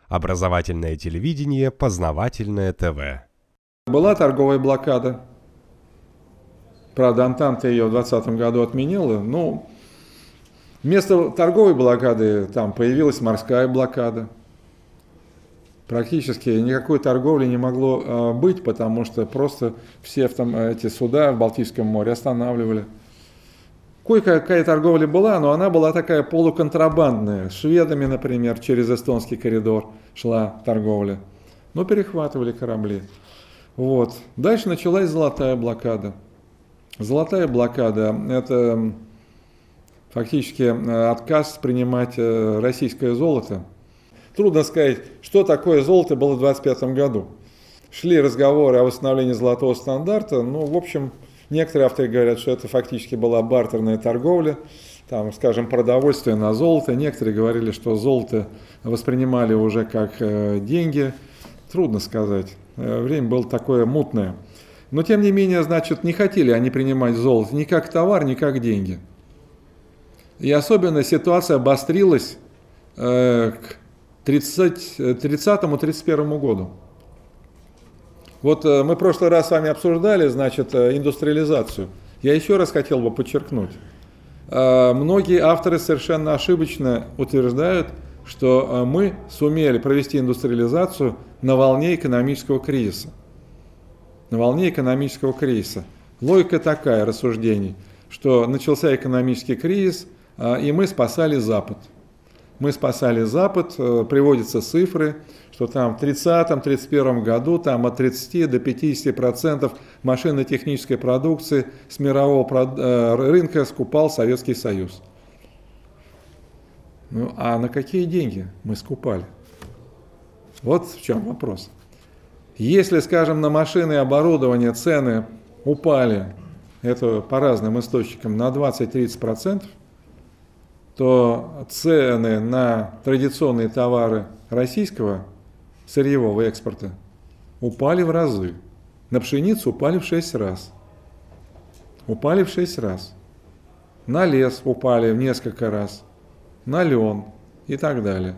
Образовательное телевидение, познавательное ТВ. Была торговая блокада. Правда, Антанта ее в 2020 году отменила. Но вместо торговой блокады там появилась морская блокада. Практически никакой торговли не могло быть, потому что просто все эти суда в Балтийском море останавливали. Кое-какая торговля была, но она была такая полуконтрабандная. С шведами, например, через эстонский коридор шла торговля. Но перехватывали корабли. Вот. Дальше началась золотая блокада. Золотая блокада – это фактически отказ принимать российское золото. Трудно сказать, что такое золото было в 1925 году. Шли разговоры о восстановлении золотого стандарта, в общем, некоторые авторы говорят, что это фактически была бартерная торговля, там, скажем, продовольствие на золото. Некоторые говорили, что золото воспринимали уже как деньги. Трудно сказать. Время было такое мутное. Но, тем не менее, значит, не хотели они принимать золото ни как товар, ни как деньги. И особенно ситуация обострилась к 30-31 году. Вот мы в прошлый раз с вами обсуждали, значит, индустриализацию. Я еще раз хотел бы подчеркнуть. Многие авторы совершенно ошибочно утверждают, что мы сумели провести индустриализацию на волне экономического кризиса. На волне экономического кризиса. Логика такая рассуждений, что начался экономический кризис, и мы спасали Запад. Мы спасали Запад, приводятся цифры, что там в 30-31 году там от 30 до 50% машинно-технической продукции с мирового рынка скупал Советский Союз. А на какие деньги мы скупали? Вот в чем вопрос. Если, скажем, на машины и оборудование цены упали, это по разным источникам, на 20-30%, то цены на традиционные товары российского сырьевого экспорта упали в разы. На пшеницу упали в 6 раз. Упали в 6 раз. На лес упали в несколько раз. На лен и так далее.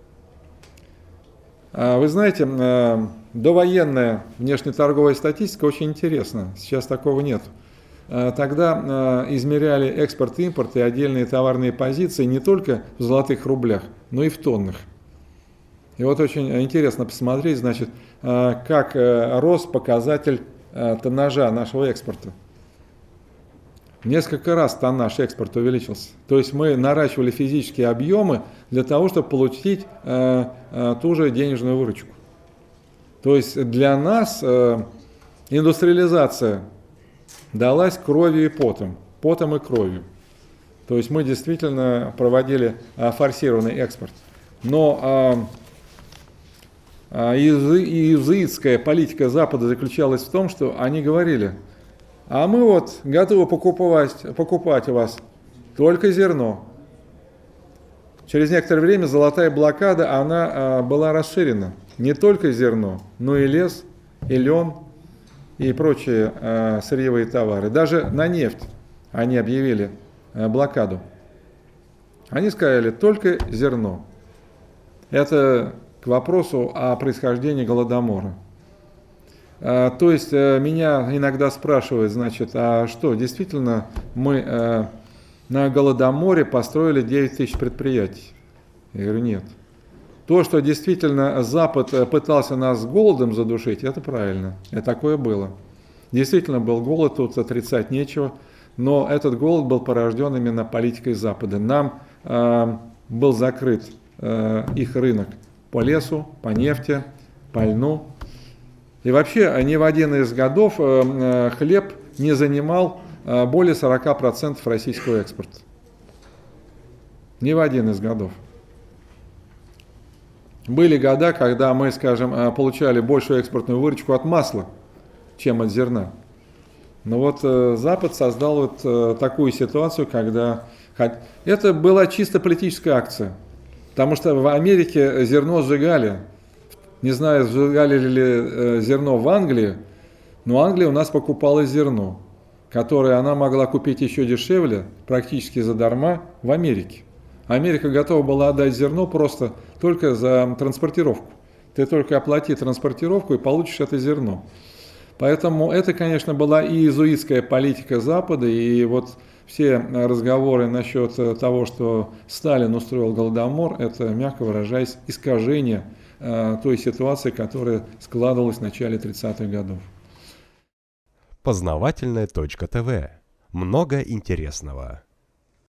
Вы знаете, довоенная внешнеторговая статистика очень интересна. Сейчас такого нет. Тогда измеряли экспорт, импорт и отдельные товарные позиции не только в золотых рублях, но и в тоннах. И вот очень интересно посмотреть, значит, как рос показатель тоннажа нашего экспорта. Несколько раз тоннаж экспорта увеличился. То есть мы наращивали физические объемы для того, чтобы получить ту же денежную выручку. То есть для нас индустриализация далась кровью и потом и кровью. То есть мы действительно проводили форсированный экспорт. Но иезуитская политика Запада заключалась в том, что они говорили: а мы вот готовы покупать у вас только зерно. Через некоторое время золотая блокада, она была расширена. Не только зерно, но и лес, и лен, и прочие сырьевые товары. Даже на нефть они объявили блокаду. Они сказали только зерно. Это к вопросу о происхождении Голодомора. То есть меня иногда спрашивают, значит, а что, действительно мы на Голодоморе построили 9 тысяч предприятий? Я говорю, нет. То, что действительно Запад пытался нас голодом задушить, это правильно, и такое было. Действительно был голод, тут отрицать нечего, но этот голод был порожден именно политикой Запада. Нам был закрыт их рынок по лесу, по нефти, по льну. И вообще ни в один из годов хлеб не занимал более 40% российского экспорта. Ни в один из годов. Были года, когда мы, скажем, получали большую экспортную выручку от масла, чем от зерна. Но вот Запад создал вот такую ситуацию, когда... Это была чисто политическая акция. Потому что в Америке зерно сжигали. Не знаю, сжигали ли зерно в Англии, но Англия у нас покупала зерно, которое она могла купить еще дешевле, практически задарма, в Америке. Америка готова была отдать зерно просто только за транспортировку. Ты только оплати транспортировку и получишь это зерно. Поэтому это, конечно, была и иезуитская политика Запада, и вот все разговоры насчет того, что Сталин устроил Голодомор, это, мягко выражаясь, искажение той ситуации, которая складывалась в начале 30-х годов. Познавательная точка ТВ. Много интересного.